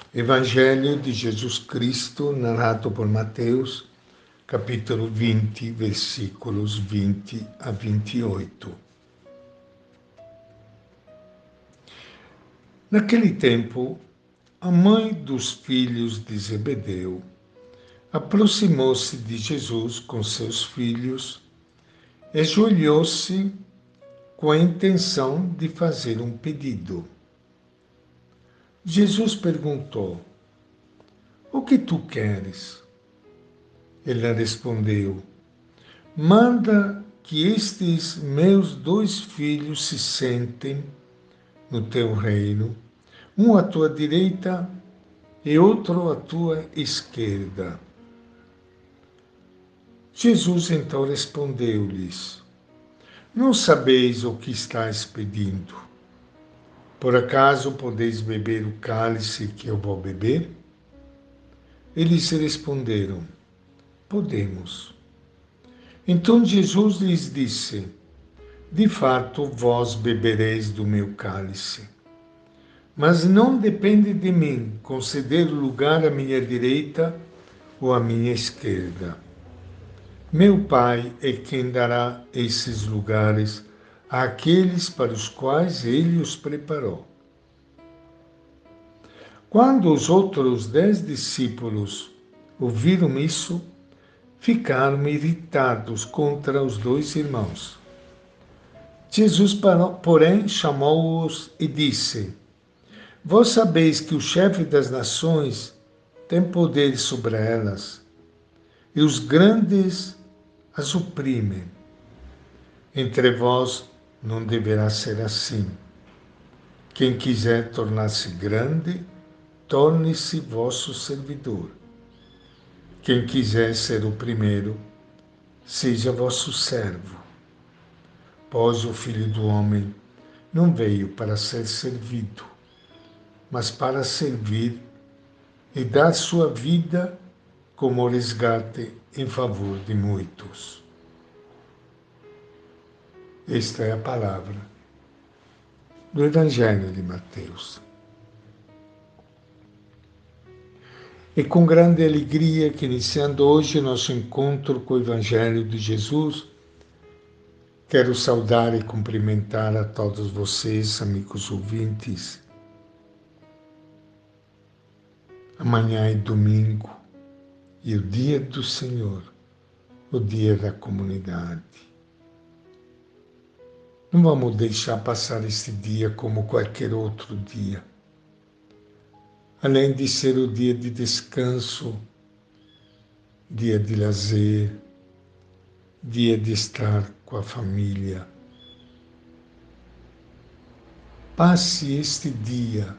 Evangelho de Jesus Cristo, narrado por Mateus, capítulo 20, versículos 20 a 28. Naquele tempo, a mãe dos filhos de Zebedeu aproximou-se de Jesus com seus filhos e ajoelhou-se com a intenção de fazer um pedido. Jesus perguntou: "O que tu queres?" Ela respondeu: "Manda que estes meus 2 filhos se sentem no teu reino, um à tua direita e outro à tua esquerda." Jesus então respondeu-lhes: "Não sabeis o que estáis pedindo. Por acaso podeis beber o cálice que eu vou beber?" Eles responderam: "Podemos." Então Jesus lhes disse: "De fato, vós bebereis do meu cálice, mas não depende de mim conceder lugar à minha direita ou à minha esquerda. Meu Pai é quem dará esses lugares àqueles para os quais ele os preparou." Quando os outros 10 discípulos ouviram isso, ficaram irritados contra os 2 irmãos. Jesus, porém, chamou-os e disse: "Vós sabeis que o chefe das nações tem poder sobre elas, e os grandes as oprimem. Entre vós não deverá ser assim. Quem quiser tornar-se grande, torne-se vosso servidor. Quem quiser ser o primeiro, seja vosso servo. Pois o Filho do Homem não veio para ser servido, mas para servir e dar sua vida como resgate em favor de muitos." Esta é a palavra do Evangelho de Mateus. É com grande alegria que, iniciando hoje nosso encontro com o Evangelho de Jesus, quero saudar e cumprimentar a todos vocês, amigos ouvintes. Amanhã é domingo e o dia do Senhor, o dia da comunidade. Não vamos deixar passar este dia como qualquer outro dia. Além de ser o dia de descanso, dia de lazer, dia de estar com a família, passe este dia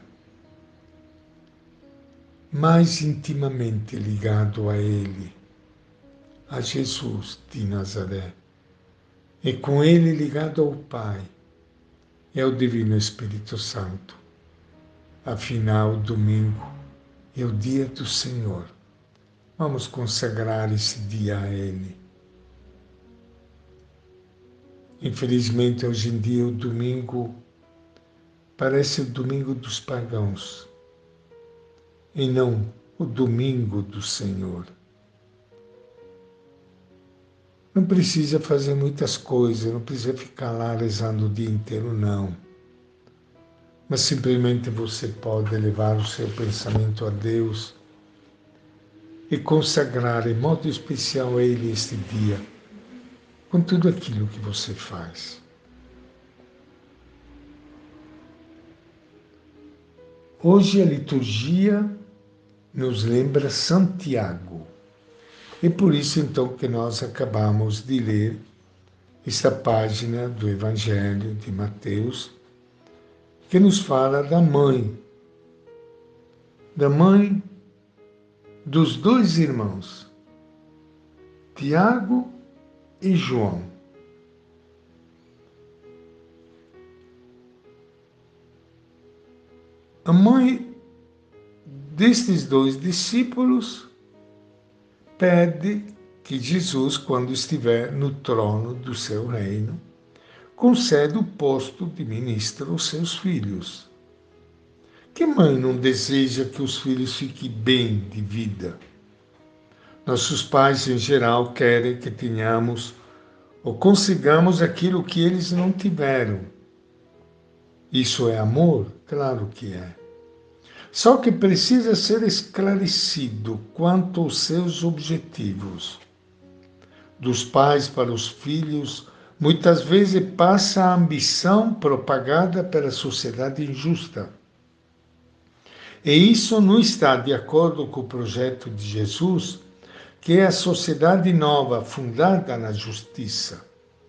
mais intimamente ligado a Ele, a Jesus de Nazaré, e com Ele ligado ao Pai e ao Divino Espírito Santo. Afinal, domingo é o dia do Senhor. Vamos consagrar esse dia a Ele. Infelizmente, hoje em dia, o domingo parece o domingo dos pagãos e não o domingo do Senhor. Não precisa fazer muitas coisas, não precisa ficar lá rezando o dia inteiro, não. Mas simplesmente você pode levar o seu pensamento a Deus e consagrar em modo especial a Ele este dia, com tudo aquilo que você faz. Hoje a liturgia nos lembra Santiago. E por isso então que nós acabamos de ler esta página do Evangelho de Mateus, que nos fala da mãe dos 2 irmãos, Tiago e João. A mãe destes 2 discípulos pede que Jesus, quando estiver no trono do seu reino, conceda o posto de ministro aos seus filhos. Que mãe não deseja que os filhos fiquem bem de vida? Nossos pais, em geral, querem que tenhamos ou consigamos aquilo que eles não tiveram. Isso é amor? Claro que é. Só que precisa ser esclarecido quanto aos seus objetivos. Dos pais para os filhos, muitas vezes passa a ambição propagada pela sociedade injusta. E isso não está de acordo com o projeto de Jesus, que é a sociedade nova fundada na justiça.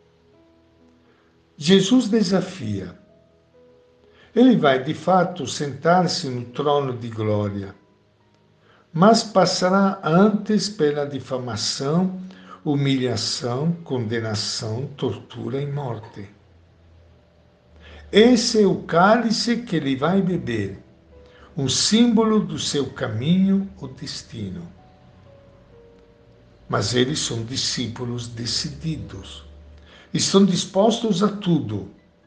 Jesus desafia. Ele vai, de fato, sentar-se no trono de glória, mas passará antes pela difamação, humilhação, condenação, tortura e morte. Esse é o cálice que ele vai beber, um símbolo do seu caminho ou destino. Mas eles são discípulos decididos, estão dispostos a tudo.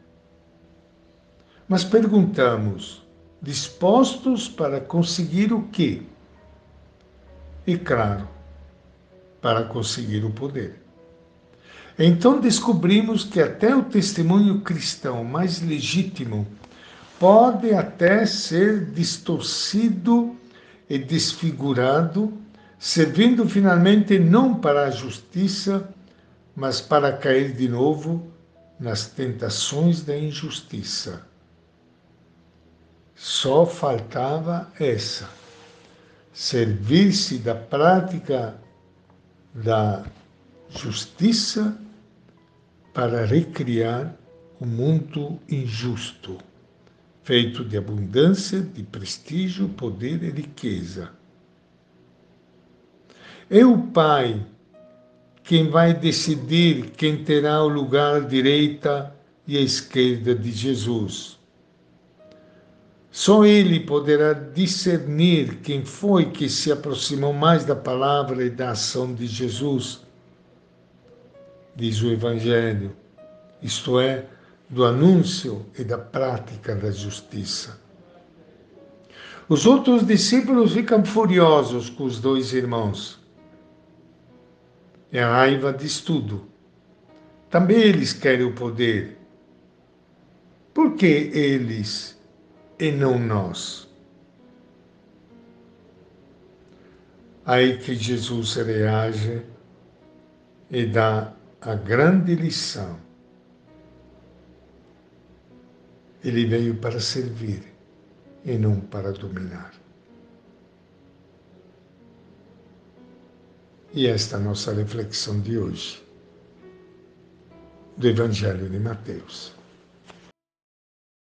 Mas perguntamos, dispostos para conseguir o quê? E claro, para conseguir o poder. Então descobrimos que até o testemunho cristão mais legítimo pode até ser distorcido e desfigurado, servindo finalmente não para a justiça, mas para cair de novo nas tentações da injustiça. Só faltava essa, servir-se da prática da justiça para recriar um mundo injusto, feito de abundância, de prestígio, poder e riqueza. É o Pai quem vai decidir quem terá o lugar à direita e à esquerda de Jesus. Só Ele poderá discernir quem foi que se aproximou mais da palavra e da ação de Jesus, diz o Evangelho, isto é, do anúncio e da prática da justiça. Os outros discípulos ficam furiosos com os dois irmãos. E a raiva diz tudo. Também eles querem o poder. Por que eles e não nós? Aí que Jesus reage e dá a grande lição. Ele veio para servir e não para dominar. E esta é a nossa reflexão de hoje, do Evangelho de Mateus.